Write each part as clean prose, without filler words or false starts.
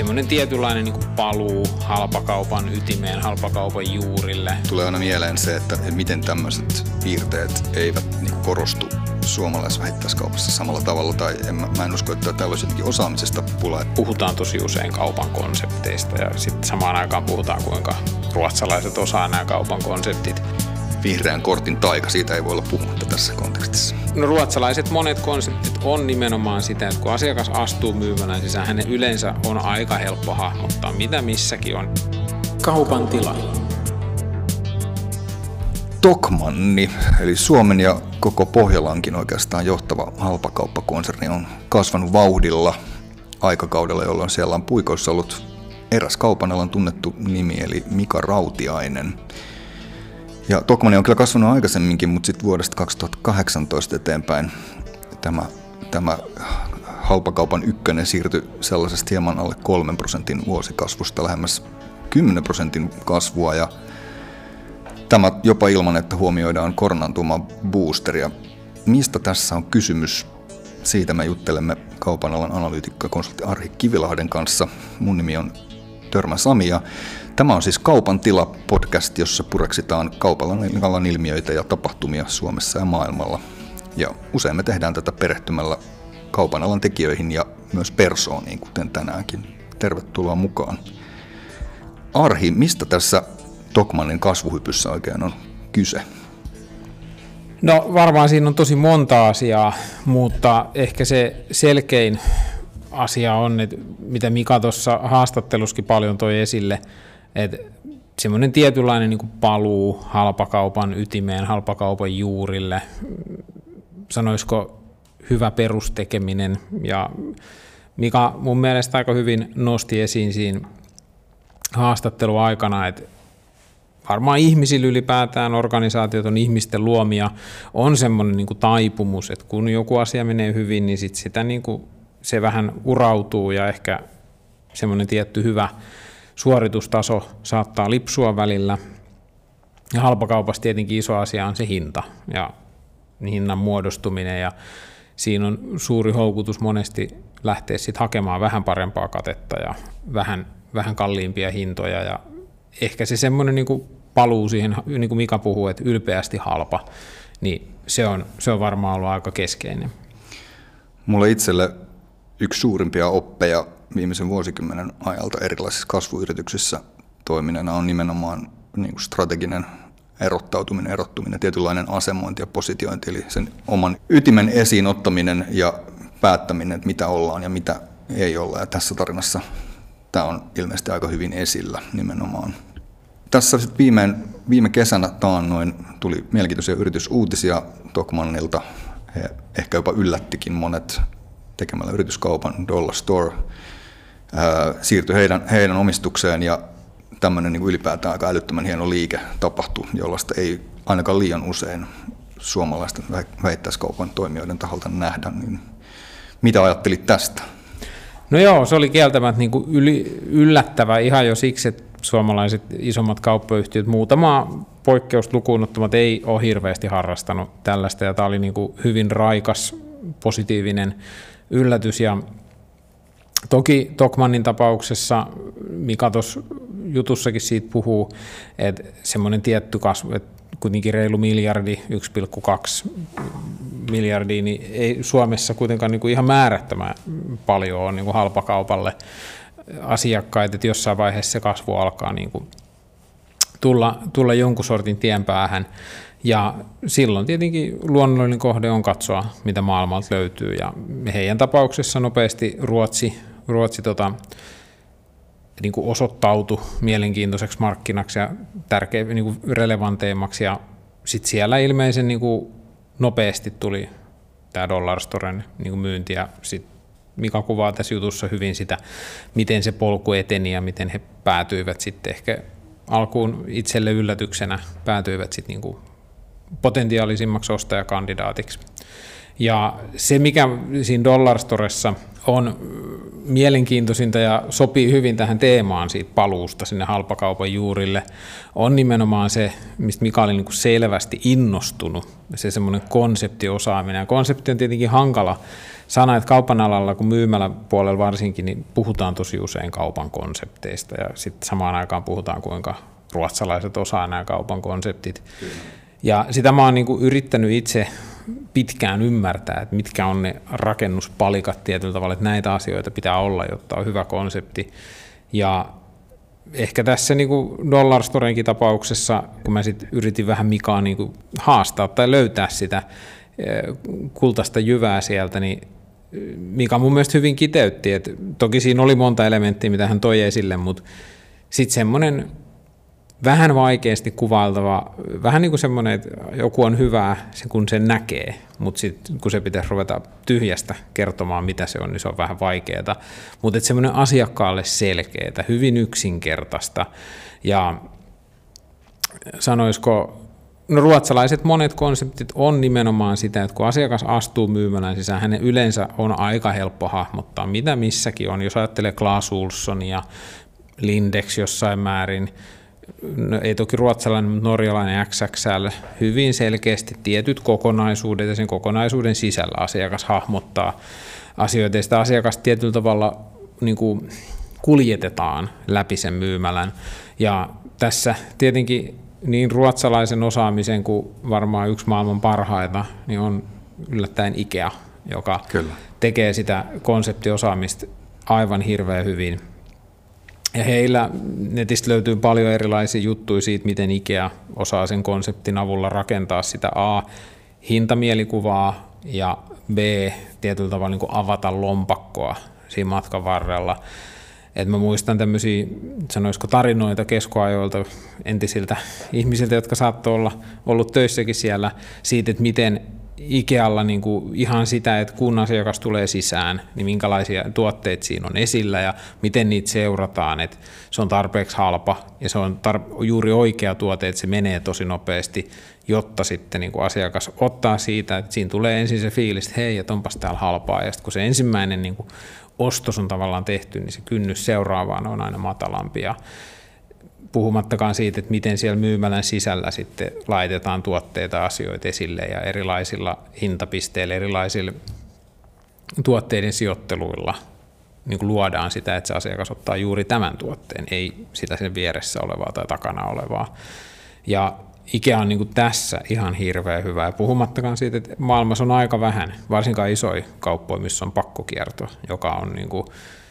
semmoinen tietynlainen niin kuin paluu halpakaupan ytimeen, halpakaupan juurille. Tulee aina mieleen se, että miten tämmöiset piirteet eivät niin kuin korostu suomalaisessa vähittäiskaupassa samalla tavalla, tai mä en usko, että täällä olisi jotenkin osaamisesta pulaa. Puhutaan tosi usein kaupan konsepteista ja sitten samaan aikaan puhutaan, kuinka ruotsalaiset osaa nämä kaupan konseptit. Vihreän kortin taika, siitä ei voi olla puhumatta tässä kontekstissa. No ruotsalaiset monet konseptit on nimenomaan sitä, että kun asiakas astuu myymälän sisään, hänen yleensä on aika helppo hahmottaa, mitä missäkin on. Kaupan tila. Tokmanni, eli Suomen ja koko Pohjolankin oikeastaan johtava halpakauppakonserni, on kasvanut vauhdilla aikakaudella, jolloin siellä on puikoissa ollut eräs kaupan alan tunnettu nimi, eli Mika Rautiainen. Ja Tokmanni on kyllä kasvanut aikaisemminkin, mutta sitten vuodesta 2018 eteenpäin tämä halpakaupan ykkönen siirtyi sellaisesta hieman alle 3% vuosikasvusta lähemmäs 10% kasvua, ja tämä jopa ilman, että huomioidaan koronan tuomaa boosteria. Mistä tässä on kysymys? Siitä me juttelemme kaupan alan analyytikkokonsultti Arhi Kivilahden kanssa. Mun nimi on Törmä Sami ja tämä on siis Kaupan tila podcast, jossa pureksitaan kaupan alan ilmiöitä ja tapahtumia Suomessa ja maailmalla. Ja usein me tehdään tätä perehtymällä kaupan alan tekijöihin ja myös persooniin, kuten tänäänkin. Tervetuloa mukaan. Arhi, mistä tässä Tokmannin kasvuhypyssä oikein on kyse? No varmaan siinä on tosi monta asiaa, mutta ehkä se selkein asia on, että mitä Mika tuossa haastattelussakin paljon toi esille, että semmoinen tietynlainen niin kuin paluu halpakaupan ytimeen, halpakaupan juurille, sanoisiko hyvä perustekeminen, ja Mika mun mielestä aika hyvin nosti esiin siinä haastattelun aikana, että varmaan ihmisillä ylipäätään, organisaatiot on ihmisten luomia, on semmoinen niin kuin taipumus, että kun joku asia menee hyvin, niin sit sitä niin kuin se vähän urautuu ja ehkä semmoinen tietty hyvä suoritustaso saattaa lipsua välillä. Ja halpakaupassa tietenkin iso asia on se hinta ja hinnan muodostuminen, ja siinä on suuri houkutus monesti lähteä sitten hakemaan vähän parempaa katetta ja vähän kalliimpia hintoja, ja ehkä se semmoinen niin kuin paluu siihen, niin kuin Mika puhuu, että ylpeästi halpa, niin se on varmaan ollut aika keskeinen. Mulle itselle yksi suurimpia oppeja viimeisen vuosikymmenen ajalta erilaisissa kasvuyrityksissä toimineena on nimenomaan niin kuin strateginen erottuminen, tietynlainen asemointi ja positiointi, eli sen oman ytimen esiin ottaminen ja päättäminen, että mitä ollaan ja mitä ei olla. Ja tässä tarinassa tämä on ilmeisesti aika hyvin esillä nimenomaan. Tässä viime kesänä taannoin tuli mielenkiintoisia yritysuutisia Tokmannilta. He ehkä jopa yllättikin monet tekemällä yrityskaupan Dollarstore. Siirtyi heidän omistukseen, ja tämmöinen niin kuin ylipäätään aika älyttömän hieno liike tapahtui, jollaista ei ainakaan liian usein suomalaisten vähittäiskaupan toimijoiden taholta nähdä. Niin mitä ajattelit tästä? No joo, se oli kieltämättä niin kuin yllättävä ihan jo siksi, että suomalaiset isommat kauppayhtiöt, muutama poikkeus lukuun ottamatta, ei ole hirveästi harrastanut tällaista, ja tämä oli niin kuin hyvin raikas, positiivinen yllätys. Ja toki Tokmannin tapauksessa, Mika tuossa jutussakin siitä puhuu, että semmoinen tietty kasvu, että kuitenkin reilu miljardi, 1,2 miljardia, niin ei Suomessa kuitenkaan niin kuin ihan määrättömän paljon ole niin kuin halpakaupalle asiakkaita, että jossain vaiheessa se kasvu alkaa niin kuin tulla jonkun sortin tien päähän, ja silloin tietenkin luonnollinen kohde on katsoa, mitä maailmalta löytyy, ja heidän tapauksessa nopeasti Ruotsi niin kuin osoittautui mielenkiintoiseksi markkinaksi ja niin kuin relevanteimmaksi, ja sitten siellä ilmeisen niin kuin nopeasti tuli tämä Dollarstoren niin kuin myynti, ja sitten Mika kuvaa tässä jutussa hyvin sitä, miten se polku eteni ja miten he päätyivät sitten ehkä alkuun itselle yllätyksenä päätyivät sitten niin kuin potentiaalisimmaksi ostajakandidaatiksi. Ja se, mikä siinä Dollarstoressa on mielenkiintoisinta ja sopii hyvin tähän teemaan siitä paluusta sinne halpakaupan juurille, on nimenomaan se, mistä Mika oli niin kuin selvästi innostunut, se semmoinen konseptiosaaminen. Ja konsepti on tietenkin hankala sana, että kaupan alalla, kun myymäläpuolella varsinkin, niin puhutaan tosi usein kaupan konsepteista, ja sitten samaan aikaan puhutaan, kuinka ruotsalaiset osaa nämä kaupan konseptit. Kyllä. Ja sitä mä oon niin kuin yrittänyt itse pitkään ymmärtää, että mitkä on ne rakennuspalikat tietyllä tavalla, että näitä asioita pitää olla, jotta on hyvä konsepti. Ja ehkä tässä niin kuin Dollar Storenkin tapauksessa, kun mä sit yritin vähän Mikaa niin kuin haastaa tai löytää sitä kultaista jyvää sieltä, niin Mika mun mielestä hyvin kiteytti, että toki siinä oli monta elementtiä, mitä hän toi esille, mutta sitten semmoinen vähän vaikeasti kuvailtava, vähän niin kuin semmoinen, että joku on hyvää, kun sen näkee, mutta sitten kun se pitäisi ruveta tyhjästä kertomaan, mitä se on, niin se on vähän vaikeaa. Mutta semmoinen asiakkaalle selkeää, hyvin yksinkertaista. Ja sanoisiko, no ruotsalaiset monet konseptit on nimenomaan sitä, että kun asiakas astuu myymälään sisään, hänen yleensä on aika helppo hahmottaa, mitä missäkin on. Jos ajattelee Clas Ohlson ja Lindex jossain määrin, no, ei toki ruotsalainen, mutta norjalainen XXL, hyvin selkeästi tietyt kokonaisuudet ja sen kokonaisuuden sisällä asiakas hahmottaa asioita ja sitä asiakasta tietyllä tavalla niin kuin kuljetetaan läpi sen myymälän. Ja tässä tietenkin niin ruotsalaisen osaamisen kuin varmaan yksi maailman parhaita, niin on yllättäen IKEA, joka tekee sitä konseptiosaamista aivan hirveän hyvin. Ja heillä netistä löytyy paljon erilaisia juttuja siitä, miten IKEA osaa sen konseptin avulla rakentaa sitä A, hintamielikuvaa ja B, tietyllä tavalla niin kuin avata lompakkoa siinä matkan varrella. Et mä muistan tämmöisiä, sanoisiko tarinoita keskoajoilta entisiltä ihmisiltä, jotka saattoi olla ollut töissäkin siellä siitä, että miten IKEAlla niin kuin ihan sitä, että kun asiakas tulee sisään, niin minkälaisia tuotteita siinä on esillä ja miten niitä seurataan, että se on tarpeeksi halpa ja se on juuri oikea tuote, että se menee tosi nopeasti, jotta sitten niin kuin asiakas ottaa siitä, että siinä tulee ensin se fiilis, että hei, että onpas täällä halpaa, ja sitten kun se ensimmäinen niin kuin ostos on tavallaan tehty, niin se kynnys seuraavaan on aina matalampi. Ja puhumattakaan siitä, että miten siellä myymälän sisällä sitten laitetaan tuotteita, asioita esille ja erilaisilla hintapisteillä, erilaisilla tuotteiden sijoitteluilla niin kuin luodaan sitä, että se asiakas ottaa juuri tämän tuotteen, ei sitä sen vieressä olevaa tai takana olevaa. Ja IKEA on niin kuin tässä ihan hirveän hyvä. Ja puhumattakaan siitä, että maailmassa on aika vähän, varsinkaan isoja kauppoja, missä on pakkokierto, joka on niin kuin,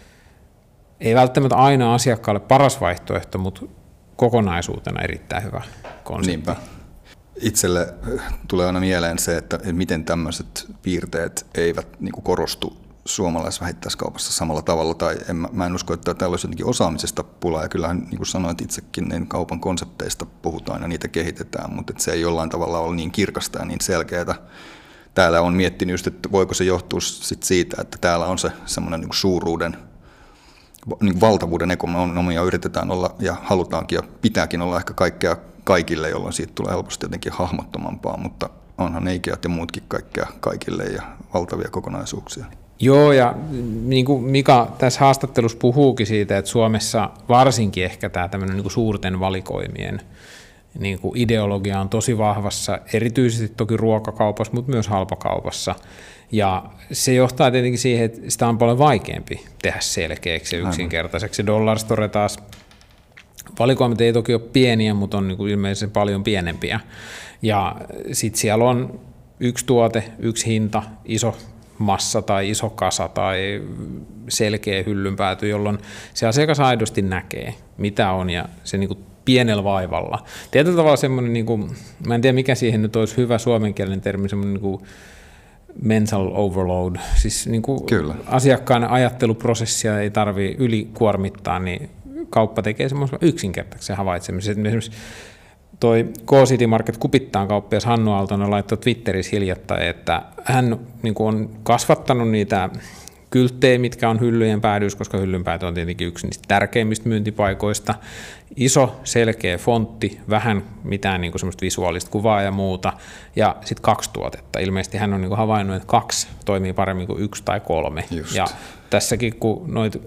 ei välttämättä aina asiakkaalle paras vaihtoehto, mutta kokonaisuutena erittäin hyvä konsepti. Niinpä. Itselle tulee aina mieleen se, että miten tämmöiset piirteet eivät niin kuin korostu suomalaisessa vähittäiskaupassa samalla tavalla, tai mä en usko, että täällä olisi jotenkin osaamisesta pulaa, ja kyllähän niin kuin sanoit itsekin, niin kaupan konsepteista puhutaan ja niitä kehitetään, mutta se ei jollain tavalla ole niin kirkasta ja niin selkeää. Täällä on miettinyt just, että voiko se johtua sit siitä, että täällä on se semmoinen niin kuin suuruuden, niin valtavuuden ekonomia yritetään olla ja halutaankin ja pitääkin olla ehkä kaikkea kaikille, jolloin siitä tulee helposti jotenkin hahmottomampaa, mutta onhan ne Ikeat ja muutkin kaikkea kaikille ja valtavia kokonaisuuksia. Joo, ja niin kuin Mika tässä haastattelussa puhuukin siitä, että Suomessa varsinkin ehkä tämä tämmöinen niin kuin suurten valikoimien niin kuin ideologia on tosi vahvassa, erityisesti toki ruokakaupassa, mutta myös halpakaupassa. Ja se johtaa tietenkin siihen, että sitä on paljon vaikeampi tehdä selkeäksi ja yksinkertaiseksi. Dollar Store taas, valikoimat ei toki ole pieniä, mutta on niin kuin ilmeisesti paljon pienempiä. Ja sitten siellä on yksi tuote, yksi hinta, iso massa tai iso kasa tai selkeä hyllynpääty, jolloin se asiakas aidosti näkee, mitä on, ja se niin kuin pienellä vaivalla. Tietyllä tavalla semmoinen, niin kuin, mä en tiedä mikä siihen nyt olisi hyvä suomenkielinen termi, semmoinen niin kuin mental overload, siis niin kuin asiakkaan ajatteluprosessia ei tarvitse ylikuormittaa, niin kauppa tekee semmoisen yksinkertaisen havaitsemisen. Esimerkiksi toi K-City Market Kupittaan kauppias Hannu Aaltonen laittoi Twitterissä hiljattain, että hän niin kuin on kasvattanut niitä kylttejä, mitkä on hyllyjen päädyys, koska hyllyn pääty on tietenkin yksi niistä tärkeimmistä myyntipaikoista. Iso, selkeä fontti, vähän mitään niin kuin semmoista visuaalista kuvaa ja muuta, ja sitten 2 tuotetta. Ilmeisesti hän on niin kuin havainnut, että 2 toimii paremmin kuin 1 tai 3. Just. Ja tässäkin, kun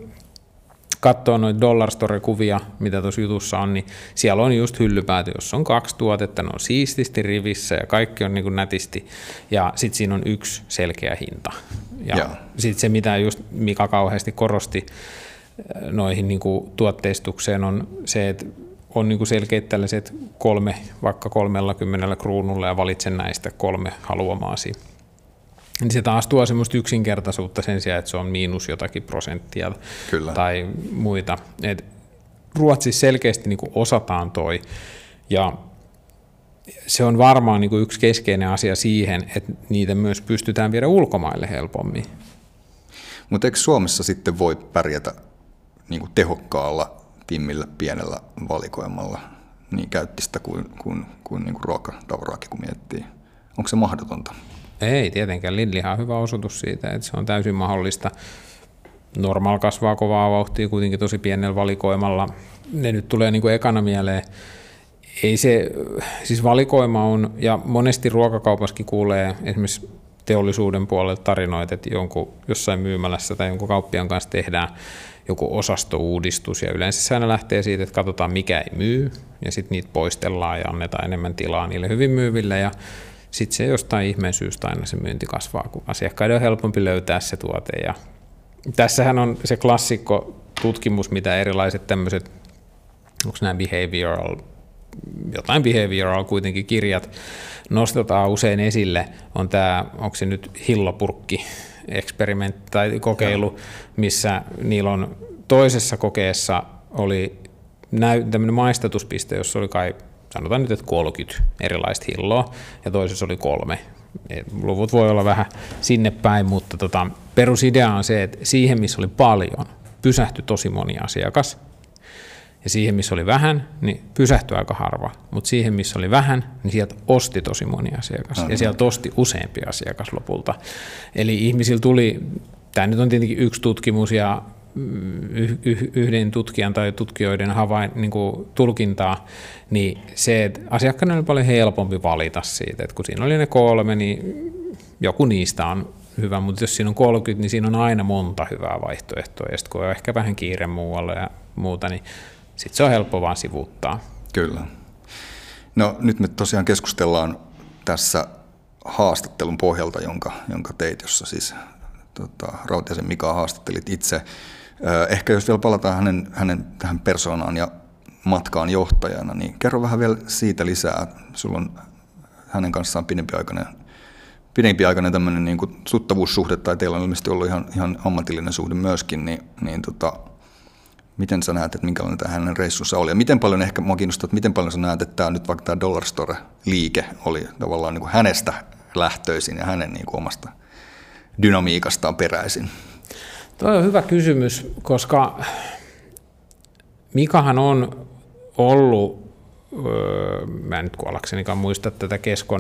katsoo noita Dollarstore-kuvia, mitä tuossa jutussa on, niin siellä on just hyllypääty, jos on 2 tuotetta, ne on siististi rivissä ja kaikki on niin kuin nätisti, ja sitten siinä on 1 selkeä hinta. Ja sitten se, mitä just Mika kauheasti korosti noihin niin kuin tuotteistukseen, on se, että on niin kuin selkeät tällaiset 3, vaikka 30 kruunulla ja valitsen näistä 3 haluamaasi. Niin se taas tuo semmoista yksinkertaisuutta sen sijaan, että se on miinus jotakin prosenttia Kyllä. tai muita. Et Ruotsissa selkeästi niin kuin osataan toi, ja se on varmaan niin kuin yksi keskeinen asia siihen, että niitä myös pystytään viedä ulkomaille helpommin. Mutta eikö Suomessa sitten voi pärjätä niin kuin tehokkaalla, timmillä, pienellä valikoimalla niin käyttistä kuin ruokatavaraakin, kun miettii? Onko se mahdotonta? Ei tietenkään. Lidlihan on hyvä osoitus siitä, että se on täysin mahdollista. Normal kasvaa kovaa vauhtia kuitenkin tosi pienellä valikoimalla. Ne nyt tulee niin kuin ekana mieleen. Ei se, siis valikoima on, ja monesti ruokakaupassakin kuulee esimerkiksi teollisuuden puolelta tarinoita, että jossain myymälässä tai jonkun kauppiaan kanssa tehdään joku osastouudistus, ja yleensä se aina lähtee siitä, että katsotaan mikä ei myy, ja sitten niitä poistellaan ja annetaan enemmän tilaa niille hyvin myyville, ja sitten se jostain ihmeen syystä aina se myynti kasvaa, kun asiakkaiden on helpompi löytää se tuote. Ja tässähän on se klassikko tutkimus, mitä erilaiset tämmöiset, onko nämä behavioral kuitenkin kirjat, nostetaan usein esille, on tämä, onko se nyt hillopurkki-eksperimentti tai kokeilu, missä niillä on toisessa kokeessa oli tämmöinen maistatuspiste, jossa oli kai sanotaan nyt, että 30 erilaista hilloa, ja toisessa oli 3. Luvut voi olla vähän sinne päin, mutta perusidea on se, että siihen, missä oli paljon, pysähtyi tosi moni asiakas, ja siihen, missä oli vähän, niin pysähtyi aika harva, mutta siihen, missä oli vähän, niin sieltä osti tosi moni asiakas, ja sieltä osti useampi asiakas lopulta. Eli ihmisillä tuli, tämä nyt on tietenkin yksi tutkimus, ja yhden tutkijan tai tutkijoiden niin kuin tulkintaa, niin se, että asiakkaana oli paljon helpompi valita siitä, että kun siinä oli ne 3, niin joku niistä on hyvä, mutta jos siinä on 30, niin siinä on aina monta hyvää vaihtoehtoa, ja sitten kun on ehkä vähän kiire muualle ja muuta, niin sitten se on helppo vaan sivuuttaa. Kyllä. No nyt me tosiaan keskustellaan tässä haastattelun pohjalta, jonka teit, jossa siis Rautiaisen Mikaa haastattelit itse. Ehkä jos vielä palataan hänen tähän persoonaan ja matkaan johtajana, niin kerro vähän vielä siitä lisää. Sulla on hänen kanssaan pidempiaikainen tämmöinen niin kuin tuttavuussuhde, tai teillä on ilmeisesti ollut ihan ammatillinen suhde myöskin, niin miten sä näet, että minkälainen tämä hänen reissunsa oli? Ja miten paljon, ehkä mua kiinnostaa, että miten paljon sä näet, että nyt vaikka tämä Dollarstore-liike oli tavallaan niin kuin hänestä lähtöisin ja hänen niin kuin omasta dynamiikastaan peräisin? Tuo on hyvä kysymys, koska Mikahan on ollut, mä en nyt kuollaksenikaan muista tätä Keskon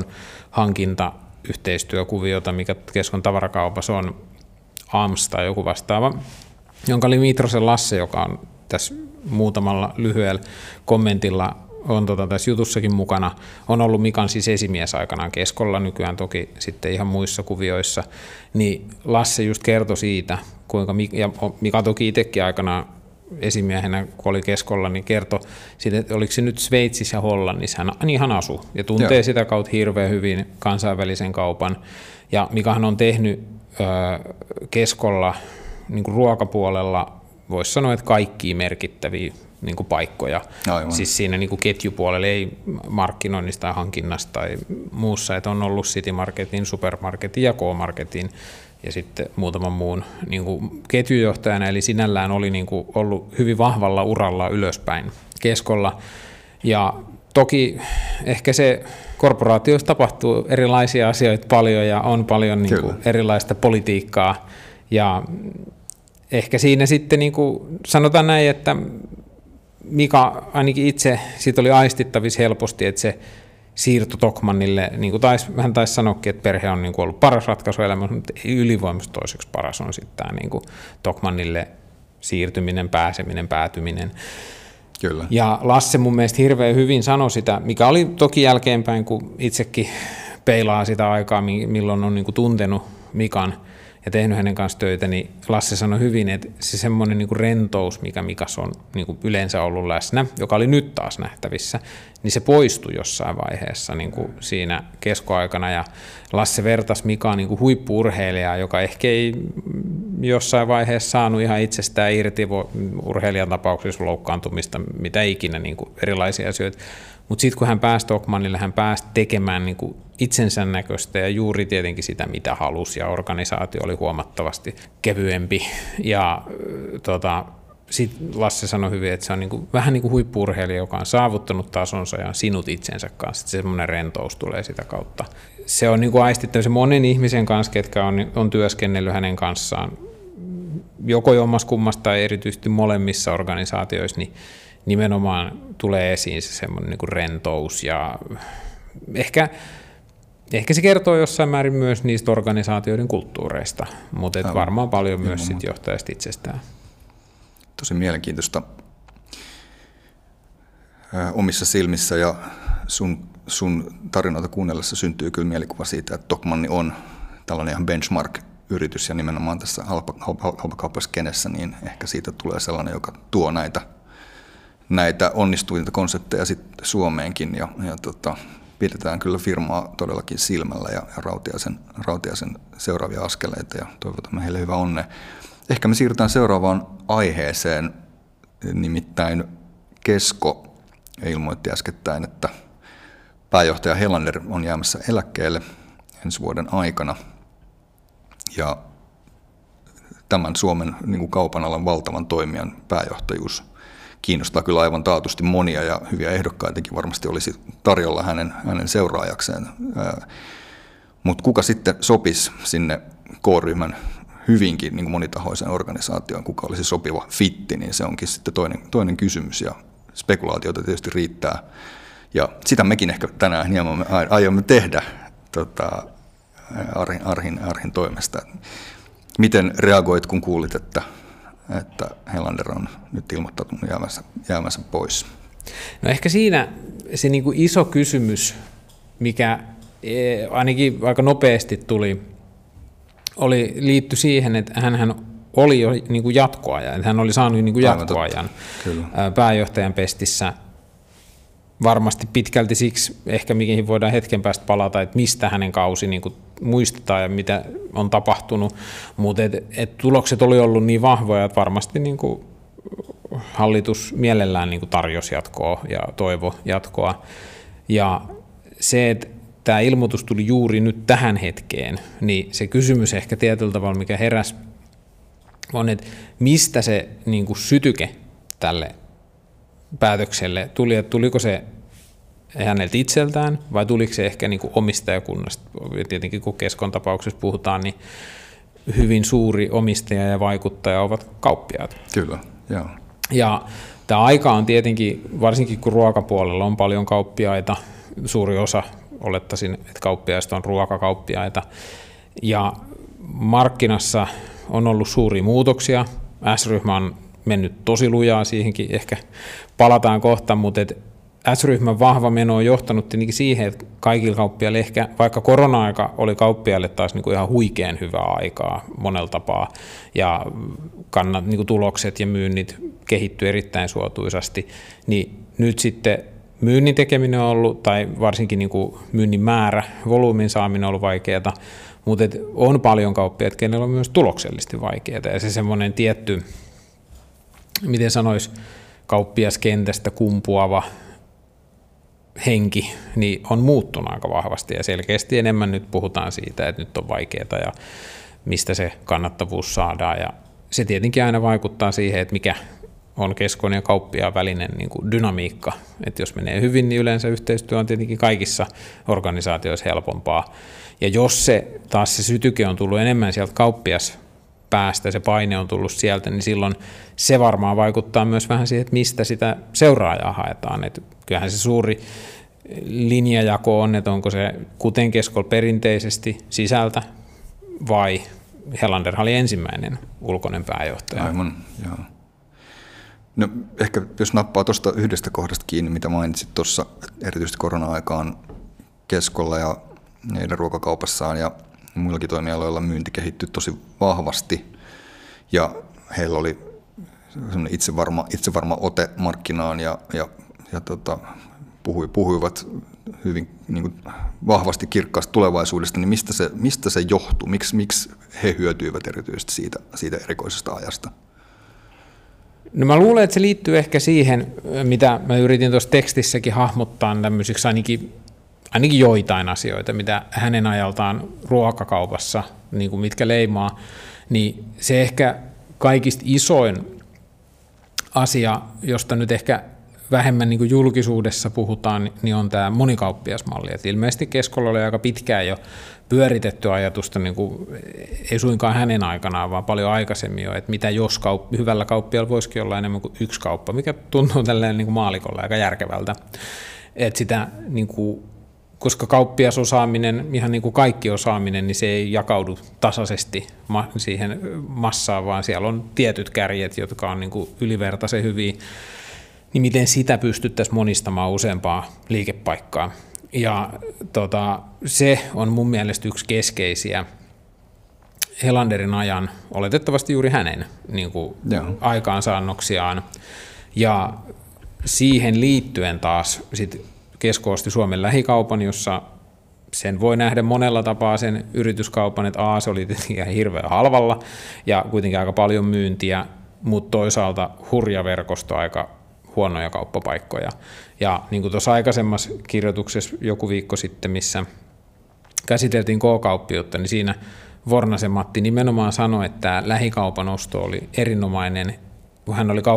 hankintayhteistyökuviota, mikä Keskon tavarakaupassa on, AMS tai joku vastaava, jonka oli Mitrosen Lasse, joka on tässä muutamalla lyhyellä kommentilla on tässä jutussakin mukana, on ollut Mikan siis esimies aikanaan Keskolla, nykyään toki sitten ihan muissa kuvioissa, niin Lasse just kertoi siitä, kuinka Mika toki itsekin aikanaan esimiehenä, kun oli Keskolla, niin kertoi siitä, että oliko se nyt Sveitsissä ja Hollannissa, hän ihan asui ja tuntee sitä kautta hirveän hyvin kansainvälisen kaupan, ja Mikahan on tehnyt Keskolla niin kuin ruokapuolella, voisi sanoa, että kaikkia merkittäviä niin kuin paikkoja. Aivan. Siis siinä niin kuin ketjupuolella, ei markkinoinnista tai hankinnasta tai muussa, että on ollut City Marketin, Supermarketin ja K-Marketin ja sitten muutaman muun niin kuin ketjujohtajana, eli sinällään oli niin kuin ollut hyvin vahvalla uralla ylöspäin Keskolla. Ja toki ehkä se korporaatioissa tapahtuu erilaisia asioita paljon ja on paljon niin kuin erilaista politiikkaa, ja ehkä siinä sitten niin kuin sanotaan näin, että Mika ainakin itse siitä oli aistittavissa helposti, että se siirtyi Tokmannille, niin kuin hän taisi sanoakin, että perhe on niin kuin ollut paras ratkaisu elämässä, mutta ylivoimaisesti toiseksi paras on sitten tämä niin kuin Tokmannille siirtyminen, pääseminen, päätyminen. Kyllä. Ja Lasse mun mielestä hirveän hyvin sanoi sitä, mikä oli toki jälkeenpäin, kun itsekin peilaa sitä aikaa, milloin on niin kuin tuntenut Mikan ja tehnyt hänen kanssa töitä, niin Lasse sanoi hyvin, että se semmoinen niin kuin rentous, mikä Mikas on niin kuin yleensä ollut läsnä, joka oli nyt taas nähtävissä, niin se poistui jossain vaiheessa niin kuin siinä keskoaikana. Ja Lasse vertasi Mikaa niin kuin huippu-urheilijaa, joka ehkä ei jossain vaiheessa saanut ihan itsestään irti urheilijan tapauksessa loukkaantumista, mitä ikinä, niin kuin erilaisia asioita. Mutta sitten kun hän pääsi Stockmannille, hän pääsi tekemään niin kuin itsensä näköistä ja juuri tietenkin sitä, mitä halusi, ja organisaatio oli huomattavasti kevyempi. Ja sitten Lasse sanoi hyvin, että se on niin kuin, vähän niin kuin huippu-urheilija, joka on saavuttanut tasonsa ja sinut itsensä kanssa. Se semmoinen rentous tulee sitä kautta. Se on niin kuin aistittavissa monen ihmisen kanssa, ketkä on työskennellyt hänen kanssaan, joko jommaskummassa tai erityisesti molemmissa organisaatioissa, niin nimenomaan tulee esiin se semmoinen niin kuin rentous ja ehkä se kertoo jossain määrin myös niistä organisaatioiden kulttuureista, mutta varmaan paljon myös sit johtajasta itsestään. Tosi mielenkiintoista omissa silmissä ja sun tarinoita kuunnellessa syntyy kyllä mielikuva siitä, että Tokmanni on tällainen ihan benchmark-yritys ja nimenomaan tässä halpakauppaskenessä, niin ehkä siitä tulee sellainen, joka tuo näitä onnistuneita konsepteja sitten Suomeenkin ja pidetään kyllä firmaa todellakin silmällä ja Rautiaisen seuraavia askeleita ja toivotamme heille hyvää onnea. Ehkä me siirrytään seuraavaan aiheeseen, nimittäin Kesko ilmoitti äskettäin, että pääjohtaja Helander on jäämässä eläkkeelle ensi vuoden aikana ja tämän Suomen niin kuin kaupan alan valtavan toimijan pääjohtajuus kiinnostaa kyllä aivan taatusti monia ja hyviä ehdokkaitakin varmasti olisi tarjolla hänen seuraajakseen. Mutta kuka sitten sopisi sinne K-ryhmän hyvinkin niin kuin monitahoisen organisaatioon, kuka olisi sopiva fitti, niin se onkin sitten toinen kysymys ja spekulaatiota tietysti riittää. Ja sitä mekin ehkä tänään hieman aiomme tehdä Arhin toimesta. Miten reagoit, kun kuulit, että Helander on nyt ilmoittautunut jäämänsä pois? No ehkä siinä se niin kuin iso kysymys, mikä ainakin aika nopeasti liittyi siihen, että hän oli jo niin kuin jatkoajan, että hän oli saanut niin kuin jatkoajan pääjohtajan pestissä. Varmasti pitkälti siksi, ehkä mihin voidaan hetken päästä palata, että mistä hänen kausi niin kuin muistetaan ja mitä on tapahtunut, mutta tulokset oli ollut niin vahvoja, että varmasti niin kuin hallitus mielellään niin kuin tarjosi jatkoa ja toivo jatkoa. Ja se, että tämä ilmoitus tuli juuri nyt tähän hetkeen, niin se kysymys ehkä tietyllä tavalla, mikä heräsi, on, että mistä se niin kuin sytyke tälle päätökselle tuli, että tuliko se häneltä itseltään vai tuliko se ehkä niin kuin omistajakunnasta. Tietenkin kun Keskon tapauksessa puhutaan, niin hyvin suuri omistaja ja vaikuttaja ovat kauppiaat. Kyllä, joo. Ja tämä aika on tietenkin, varsinkin kun ruokapuolella on paljon kauppiaita, suuri osa olettaisin, että kauppiaista on ruokakauppiaita, ja markkinassa on ollut suuria muutoksia. S-ryhmä on mennyt tosi lujaa, siihenkin ehkä palataan kohta, mutta S-ryhmän vahva meno on johtanut tietenkin siihen, että kaikilla kauppiailla ehkä, vaikka korona-aika oli kauppiaille taas niin kuin ihan huikean hyvää aikaa monella tapaa, ja niin kuin tulokset ja myynnit kehittyi erittäin suotuisasti, niin nyt sitten myynnin tekeminen on ollut, tai varsinkin niin kuin myynnin määrä, volyymin saaminen on ollut vaikeaa, mutta on paljon kauppiaita, kenellä on myös tuloksellisesti vaikeaa, ja se semmoinen tietty, miten sanoisi, kauppiaskentästä kumpuava henki, niin on muuttunut aika vahvasti ja selkeästi enemmän nyt puhutaan siitä, että nyt on vaikeaa ja mistä se kannattavuus saadaan, ja se tietenkin aina vaikuttaa siihen, että mikä on Keskon ja kauppiaan välinen niin kuin dynamiikka, että jos menee hyvin, niin yleensä yhteistyö on tietenkin kaikissa organisaatioissa helpompaa, ja jos se taas se sytyke on tullut enemmän sieltä kauppiaspäästä, se paine on tullut sieltä, niin silloin se varmaan vaikuttaa myös vähän siihen, että mistä sitä seuraajaa haetaan, että kyllähän se suuri linjajako on, että onko se kuten Keskolla perinteisesti sisältä vai Helander oli ensimmäinen ulkoinen pääjohtaja. Aivan, joo. No ehkä jos nappaa tuosta yhdestä kohdasta kiinni, mitä mainitsit tuossa, erityisesti korona-aikaan Keskolla ja heidän ruokakaupassaan ja muillakin toimialoilla myynti kehittyi tosi vahvasti ja heillä oli semmoinen itsevarma ote markkinaan ja puhuivat hyvin niin kuin vahvasti kirkkaasta tulevaisuudesta, niin mistä se johtuu? Miksi he hyötyivät erityisesti siitä erikoisesta ajasta? No mä luulen, että se liittyy ehkä siihen, mitä mä yritin tuossa tekstissäkin hahmottaa tämmöisiksi ainakin joitain asioita, mitä hänen ajaltaan ruokakaupassa, niin kuin mitkä leimaa, niin se ehkä kaikista isoin asia, josta nyt ehkä vähemmän niin kuin julkisuudessa puhutaan, niin on tämä monikauppiasmalli. Et ilmeisesti Keskolla oli aika pitkään jo pyöritetty ajatusta, niin kuin, ei suinkaan hänen aikanaan, vaan paljon aikaisemmin jo, että mitä jos hyvällä kauppialla voisikin olla enemmän kuin yksi kauppa, mikä tuntuu tälleen niin kuin maalikolla aika järkevältä. Et sitä, niin kuin, koska kauppiasosaaminen, ihan niin kuin kaikki osaaminen, niin se ei jakaudu tasaisesti siihen massaan, vaan siellä on tietyt kärjet, jotka on niin kuin ylivertaisen hyviä, niin miten sitä pystyttäisiin monistamaan useampaan liikepaikkaan. Ja se on mun mielestä yksi keskeisiä Helanderin ajan, oletettavasti juuri hänen niin kuin aikaansaannoksiaan. Ja siihen liittyen taas sit Kesko osti Suomen lähikaupan, jossa sen voi nähdä monella tapaa sen yrityskaupan, että se oli ihan hirveän halvalla ja kuitenkin aika paljon myyntiä, mutta toisaalta hurja verkosto, aika huonoja kauppapaikkoja. Ja niin kuin tuossa aikaisemmassa kirjoituksessa joku viikko sitten, missä käsiteltiin K-kauppiutta, niin siinä Vornasen Matti nimenomaan sanoi, että lähikaupan osto oli erinomainen, kun hän oli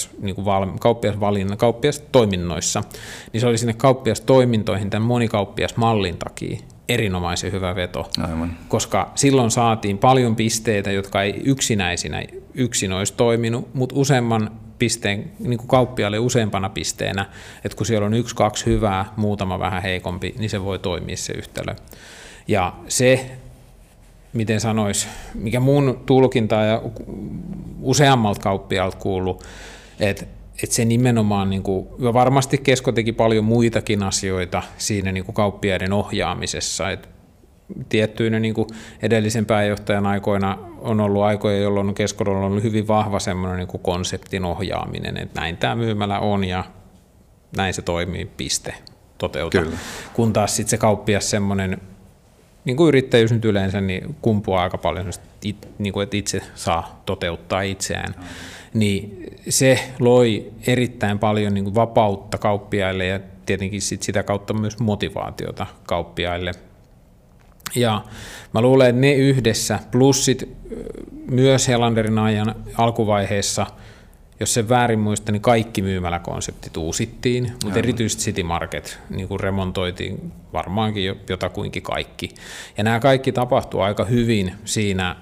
kauppiastoiminnoissa, niin se oli sinne kauppiastoimintoihin tämän monikauppiasmallin takia erinomaisen hyvä veto. Aivan. Koska silloin saatiin paljon pisteitä, jotka ei yksin olisi toiminut, mutta useamman pisteen, niin kuin kauppiaalle useampana pisteenä, että kun siellä on 1-2 hyvää, muutama vähän heikompi, niin se voi toimia se yhtälö. Ja se, miten sanois, mikä mun tulkinta ja useammalta kauppiaalta kuuluu, että se nimenomaan, niin kuin, varmasti Kesko teki paljon muitakin asioita siinä niin kuin kauppiaiden ohjaamisessa, että tiettyinä niin kuin edellisen pääjohtajan aikoina on ollut aikoja, jolloin Keskolla on ollut hyvin vahva semmoinen niin kuin konseptin ohjaaminen, että näin tämä myymälä on ja näin se toimii, piste, toteuta. Kyllä. Kun taas sitten se kauppias semmoinen, niin kuin yrittäjyys nyt yleensä, niin kumpuaa aika paljon, niin kuin, että itse saa toteuttaa itseään. Niin se loi erittäin paljon niin kuin vapautta kauppiaille ja tietenkin sitä kautta myös motivaatiota kauppiaille. Ja mä luulen, että ne yhdessä, plus sit myös Helanderin ajan alkuvaiheessa, jos sen väärin muista, niin kaikki myymäläkonseptit uusittiin, mutta erityisesti City Market niin kuin remontoitiin varmaankin jotakuinkin kaikki. Ja nämä kaikki tapahtui aika hyvin siinä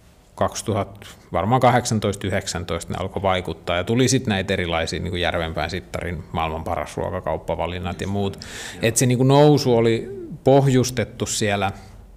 2018-2019 ne alkoi vaikuttaa, ja tuli sitten näitä erilaisia niin kuin Järvenpään Sittarin maailman paras ruokakauppavalinnat ja muut. Että se niin kuin nousu oli pohjustettu siellä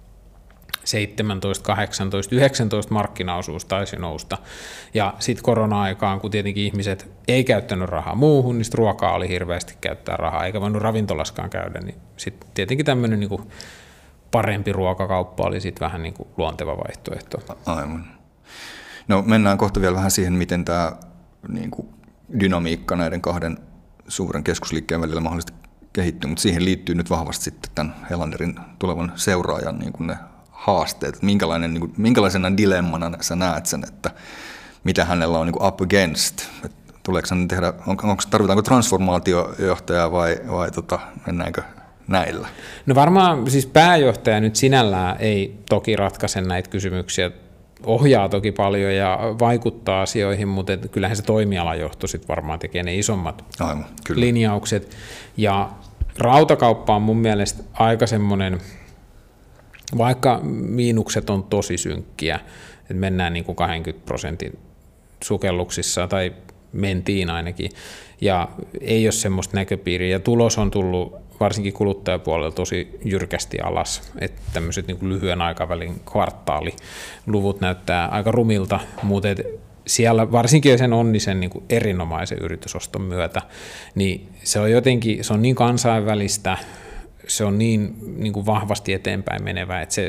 17, 18, 19 markkinaosuus taisi nousta. Ja sitten korona-aikaan, kun tietenkin ihmiset ei käyttänyt rahaa muuhun, niin ruokaa oli hirveästi käyttää rahaa, eikä voinut ravintolaskaan käydä, niin sitten tietenkin tämmöinen niin kuin parempi ruokakauppa oli sitten vähän niin kuin luonteva vaihtoehto. Aivan. No mennään kohta vielä vähän siihen, miten tämä niin kuin dynamiikka näiden kahden suuren keskusliikkeen välillä mahdollisesti kehittyy, mutta siihen liittyy nyt vahvasti sitten tämän Helanderin tulevan seuraajan niin kuin ne haasteet. Minkälaisena dilemmana sä näet sen, että mitä hänellä on niin kuin up against? Tuleeko hän tehdä, tarvitaanko transformaatiojohtajaa vai mennäänkö näillä? No varmaan siis pääjohtaja nyt sinällään ei toki ratkaise näitä kysymyksiä, ohjaa toki paljon ja vaikuttaa asioihin, mutta kyllähän se toimialajohto sitten varmaan tekee ne isommat linjaukset. Ja rautakauppa on mun mielestä aika semmoinen, vaikka miinukset on tosi synkkiä, että mennään niin kuin 20% sukelluksissa tai mentiin ainakin, ja ei ole semmoista näköpiiriä, ja tulos on tullut varsinkin kuluttajapuolella tosi jyrkästi alas, että tämmöiset niin kuin lyhyen aikavälin kvartaaliluvut näyttää aika rumilta, mutta siellä varsinkin sen onnisen niin kuin erinomaisen yritysoston myötä, niin se on jotenkin, se on niin kansainvälistä, se on niin kuin vahvasti eteenpäin menevä, että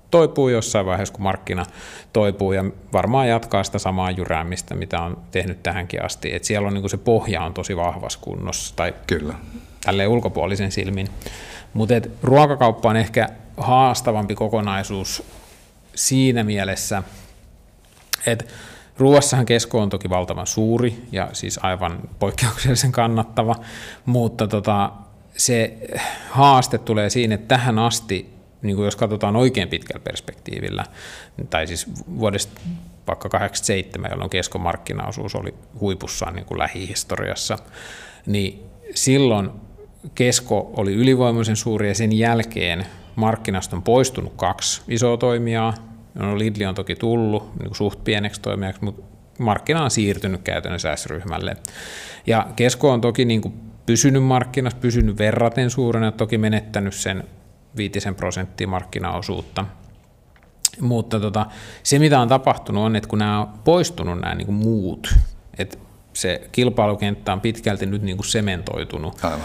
toipuu jossain vaiheessa, kun markkina toipuu, ja varmaan jatkaa sitä samaa jyräämistä, mitä on tehnyt tähänkin asti. Et siellä on niin kuin se pohja on tosi vahvassa kunnossa, tai Kyllä. tälleen ulkopuolisen silmin. Mutta ruokakauppa on ehkä haastavampi kokonaisuus siinä mielessä, että ruoassahan kesko on toki valtavan suuri ja siis aivan poikkeuksellisen kannattava, mutta se haaste tulee siinä, että tähän asti, niin kuin jos katsotaan oikein pitkällä perspektiivillä, tai siis vuodesta vaikka 87, jolloin keskon markkinaosuus oli huipussaan niin kuin lähihistoriassa, niin silloin kesko oli ylivoimaisen suuri ja sen jälkeen markkinasta on poistunut 2 isoa toimijaa. No, Lidl on toki tullut niin kuin suht pieneksi toimijaksi, mutta markkina on siirtynyt käytännössä S-ryhmälle. Ja kesko on toki niin kuin pysynyt markkinassa, pysynyt verraten suurena, toki menettänyt sen 5% markkinaosuutta. Mutta se, mitä on tapahtunut, on, että kun nämä on poistunut nämä niin kuin muut, että se kilpailukenttä on pitkälti nyt niin kuin sementoitunut, Aivan,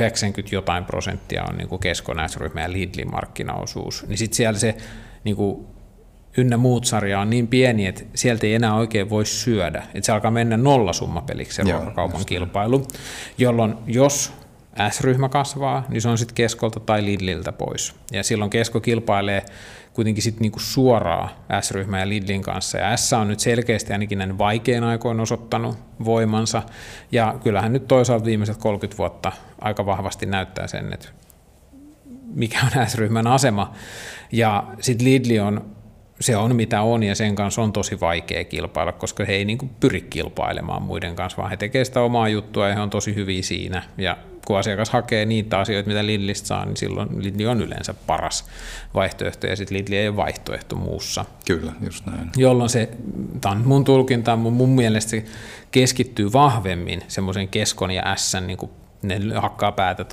90% on niin kuin keskon S-ryhmä ja Lidlin markkinaosuus, niin sitten siellä se niin kuin ynnä muut sarja on niin pieni, että sieltä ei enää oikein voi syödä. Että se alkaa mennä nollasummapeliksi se ruokakaupan kilpailu, jolloin jos S-ryhmä kasvaa, niin se on sitten keskolta tai Lidliltä pois. Ja silloin kesko kilpailee kuitenkin sitten niinku suoraan S-ryhmän ja Lidlin kanssa. Ja S on nyt selkeästi ainakin näin vaikein aikoin osoittanut voimansa. Ja kyllähän nyt toisaalta viimeiset 30 vuotta aika vahvasti näyttää sen, että mikä on S-ryhmän asema. Ja sitten Lidl se on mitä on, ja sen kanssa on tosi vaikea kilpailla, koska he ei niin kuin pyri kilpailemaan muiden kanssa, vaan he tekevät sitä omaa juttua, ja he on tosi hyviä siinä. Ja kun asiakas hakee niitä asioita, mitä Lidlistä saa, niin silloin Lidl on yleensä paras vaihtoehto, ja sitten Lidl ei ole vaihtoehto muussa. Kyllä, just näin. Jolloin tämä on mun tulkinta, mun mielestä se keskittyy vahvemmin semmoisen keskon ja S:n, niin kuin ne hakkaa päätä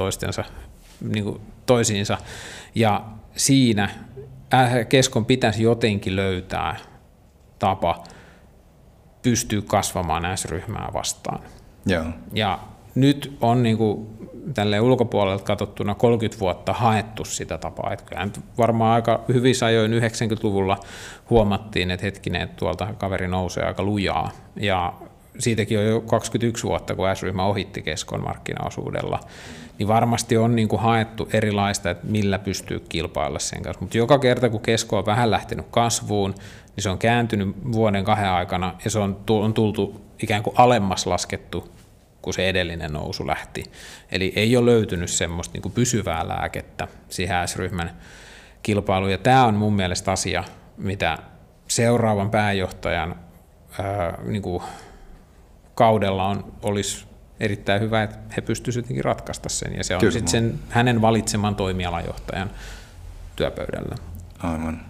toisiinsa, ja siinä keskon pitäisi jotenkin löytää tapa pystyä kasvamaan S-ryhmää vastaan. Joo. Ja nyt on niin kuin tälleen ulkopuolelta katsottuna 30 vuotta haettu sitä tapaa. Että kyllä varmaan aika hyvissä ajoin 90-luvulla huomattiin, että hetkinen, että tuolta kaveri nousee aika lujaa. Ja siitäkin on jo 21 vuotta, kun S-ryhmä ohitti keskon markkinaosuudella. Niin varmasti on niin kuin haettu erilaista, että millä pystyy kilpailla sen kanssa. Mutta joka kerta, kun kesko on vähän lähtenyt kasvuun, niin se on kääntynyt 1-2 aikana, ja se on tultu ikään kuin alemmas laskettu, kun se edellinen nousu lähti. Eli ei ole löytynyt semmoista niin kuin pysyvää lääkettä siihen S-ryhmän kilpailuun. Ja tämä on mun mielestä asia, mitä seuraavan pääjohtajan niin kuin kaudella olisi erittäin hyvä, että he pystyisivät jotenkin ratkaista sen, ja se on sitten sen hänen valitseman toimialajohtajan työpöydällä. Aivan.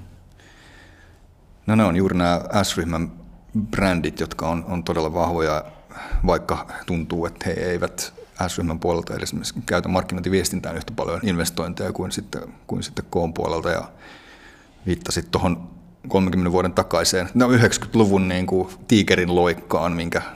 No ne on juuri nämä S-ryhmän brändit, jotka on todella vahvoja, vaikka tuntuu, että he eivät S-ryhmän puolelta edes käytä markkinointiviestintään yhtä paljon investointeja kuin sitten K:n puolelta, ja viittasit tuohon 30 vuoden takaiseen, 90-luvun niin kuin tiikerin loikkaan,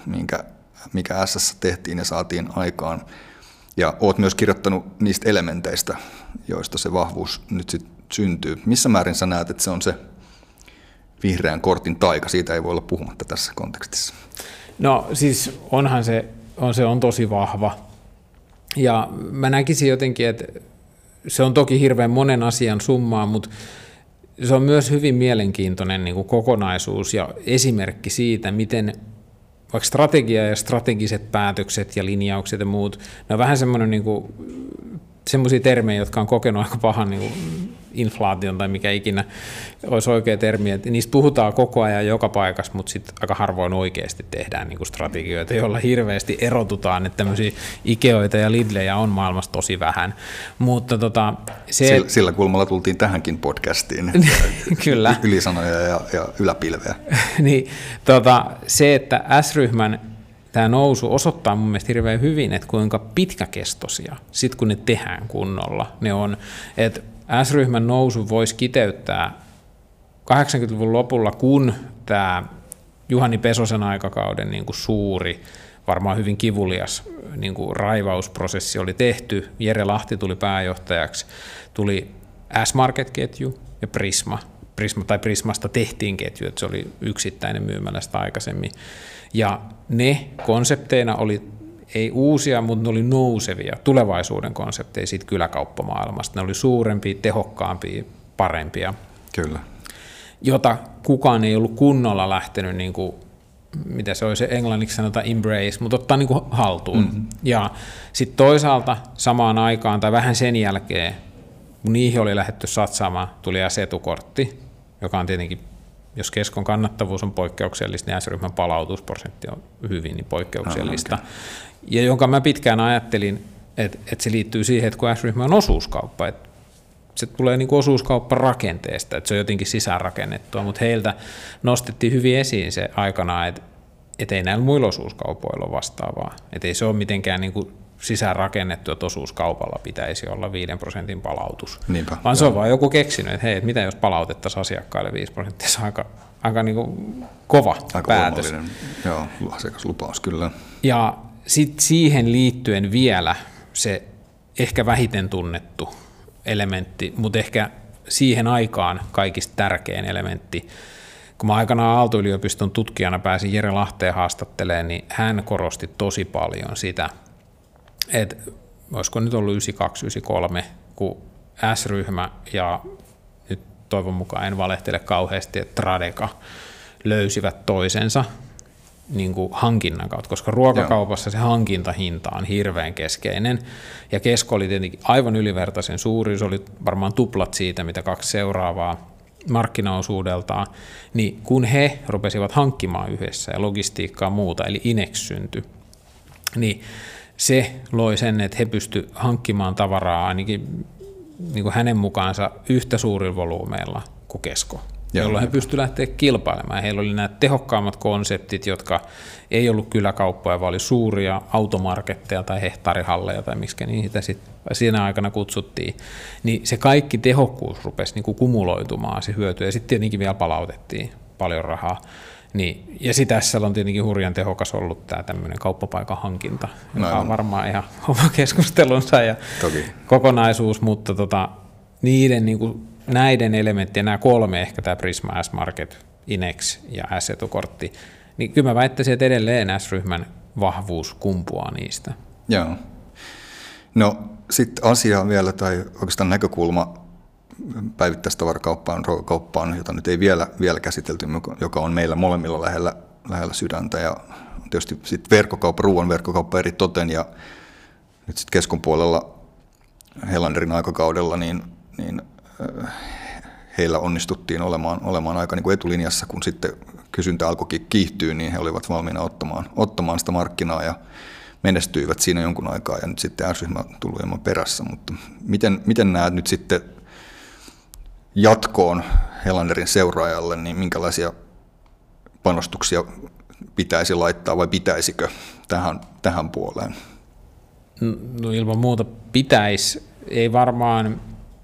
mikä S:ssä tehtiin ja saatiin aikaan. Ja olet myös kirjoittanut niistä elementeistä, joista se vahvuus nyt sit syntyy. Missä määrin sä näet, että se on se vihreän kortin taika? Siitä ei voi olla puhumatta tässä kontekstissa. No siis onhan se on tosi vahva. Ja mä näkisin jotenkin, että se on toki hirveän monen asian summaa, mutta se on myös hyvin mielenkiintoinen niin kuin kokonaisuus ja esimerkki siitä, miten vaikka strategia ja strategiset päätökset ja linjaukset ja muut, ne on vähän semmoinen niin kuin semmoisia termejä, jotka on kokenut aika pahan niin kuin inflaation tai mikä ikinä olisi oikea termi, että niistä puhutaan koko ajan joka paikassa, mutta sitten aika harvoin oikeasti tehdään niin kuin strategioita, joilla hirveästi erotutaan, että tämmöisiä Ikeoita ja Lidlejä on maailmassa tosi vähän. Mutta sillä kulmalla tultiin tähänkin podcastiin, kyllä. Ylisanoja ja yläpilveä. Niin, se, että S-ryhmän tämä nousu osoittaa mun mielestä hirveän hyvin, että kuinka pitkäkestoisia, sit kun ne tehdään kunnolla, ne on, että S-ryhmän nousu voisi kiteyttää 80-luvun lopulla, kun tämä Juhani Pesosen aikakauden niin kuin suuri, varmaan hyvin kivulias niin kuin raivausprosessi oli tehty, Jere Lahti tuli pääjohtajaksi, tuli S-Market-ketju ja Prisma, Prismasta tehtiin ketju, että se oli yksittäinen myymälästä aikaisemmin. Ja ne konsepteina oli ei uusia, mutta ne oli nousevia tulevaisuuden konsepteja siitä kyläkauppamaailmasta. Ne oli suurempia, tehokkaampia, parempia. Kyllä. Jota kukaan ei ollut kunnolla lähtenyt, niin kuin, mitä se olisi englanniksi sanotaan embrace, mutta ottaa niin kuin haltuun. Mm-hmm. Ja sitten toisaalta samaan aikaan tai vähän sen jälkeen, kun niihin oli lähdetty satsaamaan, tuli S-etukortti, joka on tietenkin, jos Keskon kannattavuus on poikkeuksellista, niin S-ryhmän palautusprosentti on hyvin niin poikkeuksellista. Okay. Ja jonka mä pitkään ajattelin, että se liittyy siihen, että kun S-ryhmä on osuuskauppa, että se tulee niin kuin osuuskauppa rakenteesta, että se on jotenkin sisäänrakennettua, mutta heiltä nostettiin hyvin esiin se aikanaan, että ei näillä muilla osuuskaupoilla ole vastaavaa. Että ei se ole mitenkään niin kuin sisäänrakennettu, että osuuskaupalla pitäisi olla 5% palautus. Niinpä, vaan se on vaan joku keksinyt, että hei, että mitä jos palautettaisiin asiakkaille 5%, se on aika niin kuin kova aika päätös. Joo, asiakaslupaus kyllä. Ja sitten siihen liittyen vielä se ehkä vähiten tunnettu elementti, mutta ehkä siihen aikaan kaikista tärkein elementti. Kun mä aikanaan Aalto-yliopiston tutkijana pääsin Jere Lahteen haastattelemaan, niin hän korosti tosi paljon sitä, että olisiko nyt ollut 92-93, kun S-ryhmä ja nyt toivon mukaan en valehtele kauheasti, että Tradeka löysivät toisensa niin kuin hankinnan kautta, koska ruokakaupassa se hankintahinta on hirveän keskeinen, ja Kesko oli tietenkin aivan ylivertaisen suuri, se oli varmaan tuplat siitä, mitä kaksi seuraavaa markkinaosuudeltaan, niin kun he rupesivat hankkimaan yhdessä ja logistiikkaa muuta, eli Inex syntyi, niin se loi sen, että he pystyivät hankkimaan tavaraa ainakin niin kuin hänen mukaansa yhtä suurilla volyymeilla kuin Kesko, jolloin he pystyivät lähteä kilpailemaan. Heillä oli nämä tehokkaammat konseptit, jotka ei ollut kyläkauppoja, vaan oli suuria automarketteja tai hehtaarihalleja tai miksi niitä sitten siinä aikana kutsuttiin. Niin se kaikki tehokkuus rupesi niin kuin kumuloitumaan, se hyöty, ja sitten tietenkin vielä palautettiin paljon rahaa. Niin, ja sitä tässä on tietenkin hurjan tehokas ollut tämä tämmöinen kauppapaikan hankinta, joka on varmaan ihan oma keskustelunsa ja kokonaisuus, mutta niiden niin kuin näiden elementtien, nämä kolme, ehkä tämä Prisma, S-Market, Inex ja S-etukortti, niin kyllä mä väittäisin, että edelleen S-ryhmän vahvuus kumpuaa niistä. Joo. No sitten asia vielä, tai oikeastaan näkökulma päivittäistavarakauppaan, ruokakauppaan, jota nyt ei vielä käsitelty, joka on meillä molemmilla lähellä sydäntä, ja tietysti sitten verkkokauppa, ruoan verkkokauppa eri toten, ja nyt sitten Keskon puolella Helanderin aikakaudella, niin heillä onnistuttiin olemaan aika niin kuin etulinjassa, kun sitten kysyntä alkoi kiihtyä, niin he olivat valmiina ottamaan sitä markkinaa ja menestyivät siinä jonkun aikaa, ja nyt sitten S-ryhmä tuli ilman perässä, mutta miten näet nyt sitten jatkoon Helanderin seuraajalle, niin minkälaisia panostuksia pitäisi laittaa vai pitäisikö tähän puoleen? No ilman muuta pitäisi, ei varmaan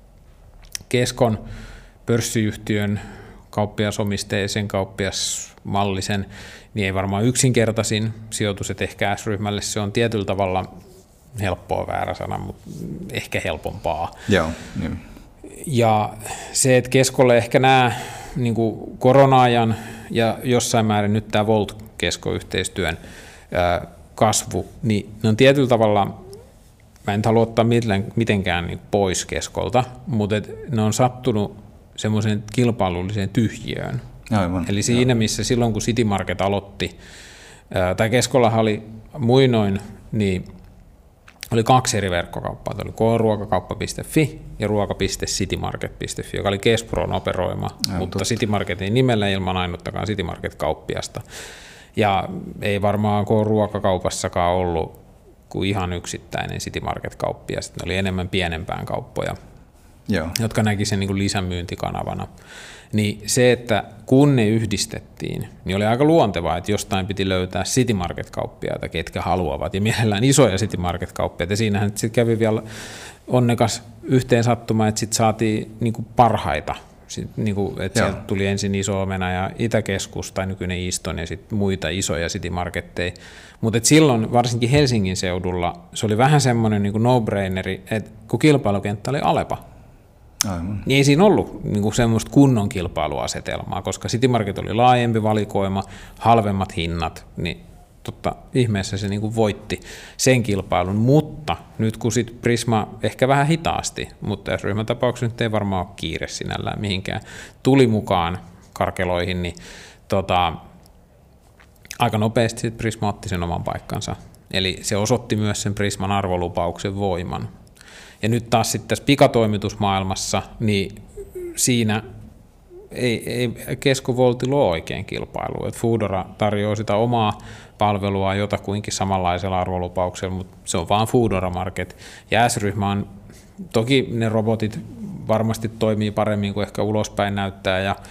Keskon pörssiyhtiön kauppiasomisteisen kauppiasmallisen, niin ei varmaan yksinkertaisin sijoitus, että ehkä S-ryhmälle se on tietyllä tavalla helppoa, väärä sana, mutta ehkä helpompaa. Joo, niin. Ja se, että Keskolle ehkä nämä niin kuin korona-ajan ja jossain määrin nyt tämä Volt-Kesko-yhteistyön kasvu, niin ne on tietyllä tavalla, mä en halua ottaa mitenkään niin pois Keskolta, mutta ne on sattunut semmoiseen kilpailulliseen tyhjiöön. Aivan, eli siinä, missä silloin kun City Market aloitti, tai Keskollahan oli muinoin, niin oli kaksi eri verkkokauppaa. Oli kruokakauppa.fi ja ruoka.citymarket.fi, joka oli Kesproon operoima, mutta City Marketin nimellä ilman ainuttakaan City Market-kauppiasta. Ja ei varmaan ruokakaupassakaan ollut kuin ihan yksittäinen City Market-kauppias. Ne oli enemmän pienempään kauppoja, jotka näki sen niin kuin lisämyyntikanavana. Niin se, että kun ne yhdistettiin, niin oli aika luontevaa, että jostain piti löytää City Market-kauppiaita, ketkä haluavat, ja mielellään isoja City Market-kauppiaita. Ja siinähän sitten kävi vielä onnekas yhteen sattuma, että sitten saatiin niin kuin parhaita. Niin kuin, että sieltä tuli ensin Iso-Omena ja Itäkeskus tai nykyinen Easton ja sitten muita isoja City Marketteja. Mutta silloin varsinkin Helsingin seudulla se oli vähän semmoinen niin kuin no-braineri, että kun kilpailukenttä oli Alepa, Aivan. Niin ei siinä ollut niin kuin semmoista kunnon kilpailuasetelmaa, koska City Market oli laajempi valikoima, halvemmat hinnat, niin totta ihmeessä se niin kuin voitti sen kilpailun, mutta nyt kun sitten Prisma ehkä vähän hitaasti, mutta jos ryhmän tapauksessa nyt ei varmaan ole kiire sinällään mihinkään, tuli mukaan karkeloihin, niin aika nopeasti sit Prisma otti sen oman paikkansa. Eli se osoitti myös sen Prisman arvolupauksen voiman. Ja nyt taas sitten tässä pikatoimitusmaailmassa, niin siinä ei Kesko-Voltilla ole oikein kilpailua. Et Foodora tarjoaa sitä omaa palvelua jotakuinkin samanlaisella arvolupauksella, mutta se on vaan Foodora Market. Ja S-ryhmä on, toki ne robotit varmasti toimii paremmin kuin ehkä ulospäin näyttää ja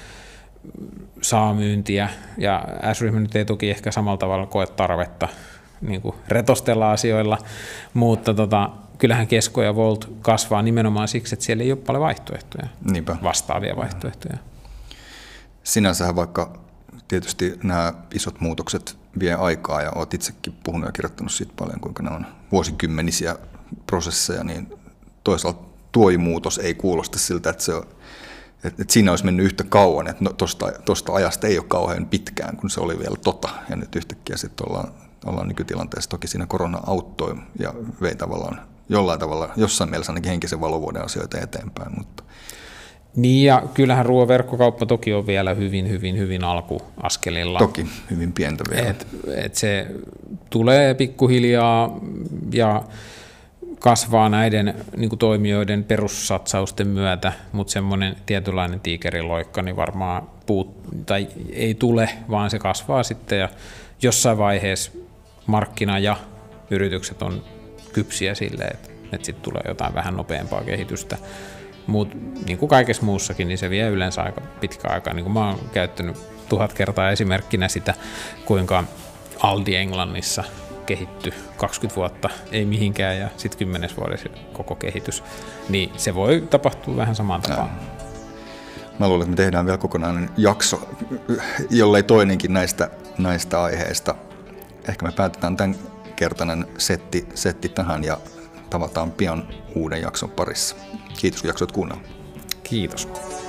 saa myyntiä. Ja S-ryhmä nyt ei toki ehkä samalla tavalla koe tarvetta niin kuin retostella asioilla, mutta kyllähän Kesko ja Volt kasvaa nimenomaan siksi, että siellä ei ole paljon vaihtoehtoja, Niinpä. Vastaavia vaihtoehtoja. Sinänsähän vaikka tietysti nämä isot muutokset vie aikaa ja olet itsekin puhunut ja kirjoittanut siitä paljon, kuinka ne on vuosikymmenisiä prosesseja, niin toisaalta tuo muutos ei kuulosta siltä, että siinä olisi mennyt yhtä kauan, että tuosta ajasta ei ole kauhean pitkään, kun se oli vielä ja nyt yhtäkkiä sitten ollaan nykytilanteessa. Toki siinä korona auttoi ja vei tavallaan jollain tavalla, jossain mielessä ainakin henkisen valovuoden asioita eteenpäin. Mutta. Niin ja kyllähän ruoan verkkokauppa toki on vielä hyvin alkuaskelilla. Toki, hyvin pientä vielä. Et se tulee pikkuhiljaa ja kasvaa näiden niin kuin toimijoiden perussatsausten myötä, mutta semmoinen tietynlainen tiikeriloikka niin varmaan tai ei tule, vaan se kasvaa sitten ja jossain vaiheessa markkina ja yritykset on kypsiä sille, että sitten tulee jotain vähän nopeampaa kehitystä. Mutta niin kuin kaikessa muussakin, niin se vie yleensä aika pitkä aikaa. Niin kuin mä oon käyttänyt 1000 kertaa esimerkkinä sitä, kuinka Aldi Englannissa kehittyi 20 vuotta, ei mihinkään, ja sitten 10 vuodessa koko kehitys. Niin se voi tapahtua vähän samaan tapaan. Mä luulen, että me tehdään vielä kokonainen jakso, jollei toinenkin näistä aiheista. Ehkä me päätetään tämän kertainen setti tähän ja tavataan pian uuden jakson parissa. Kiitos, kun jaksoit kuunnella. Kiitos.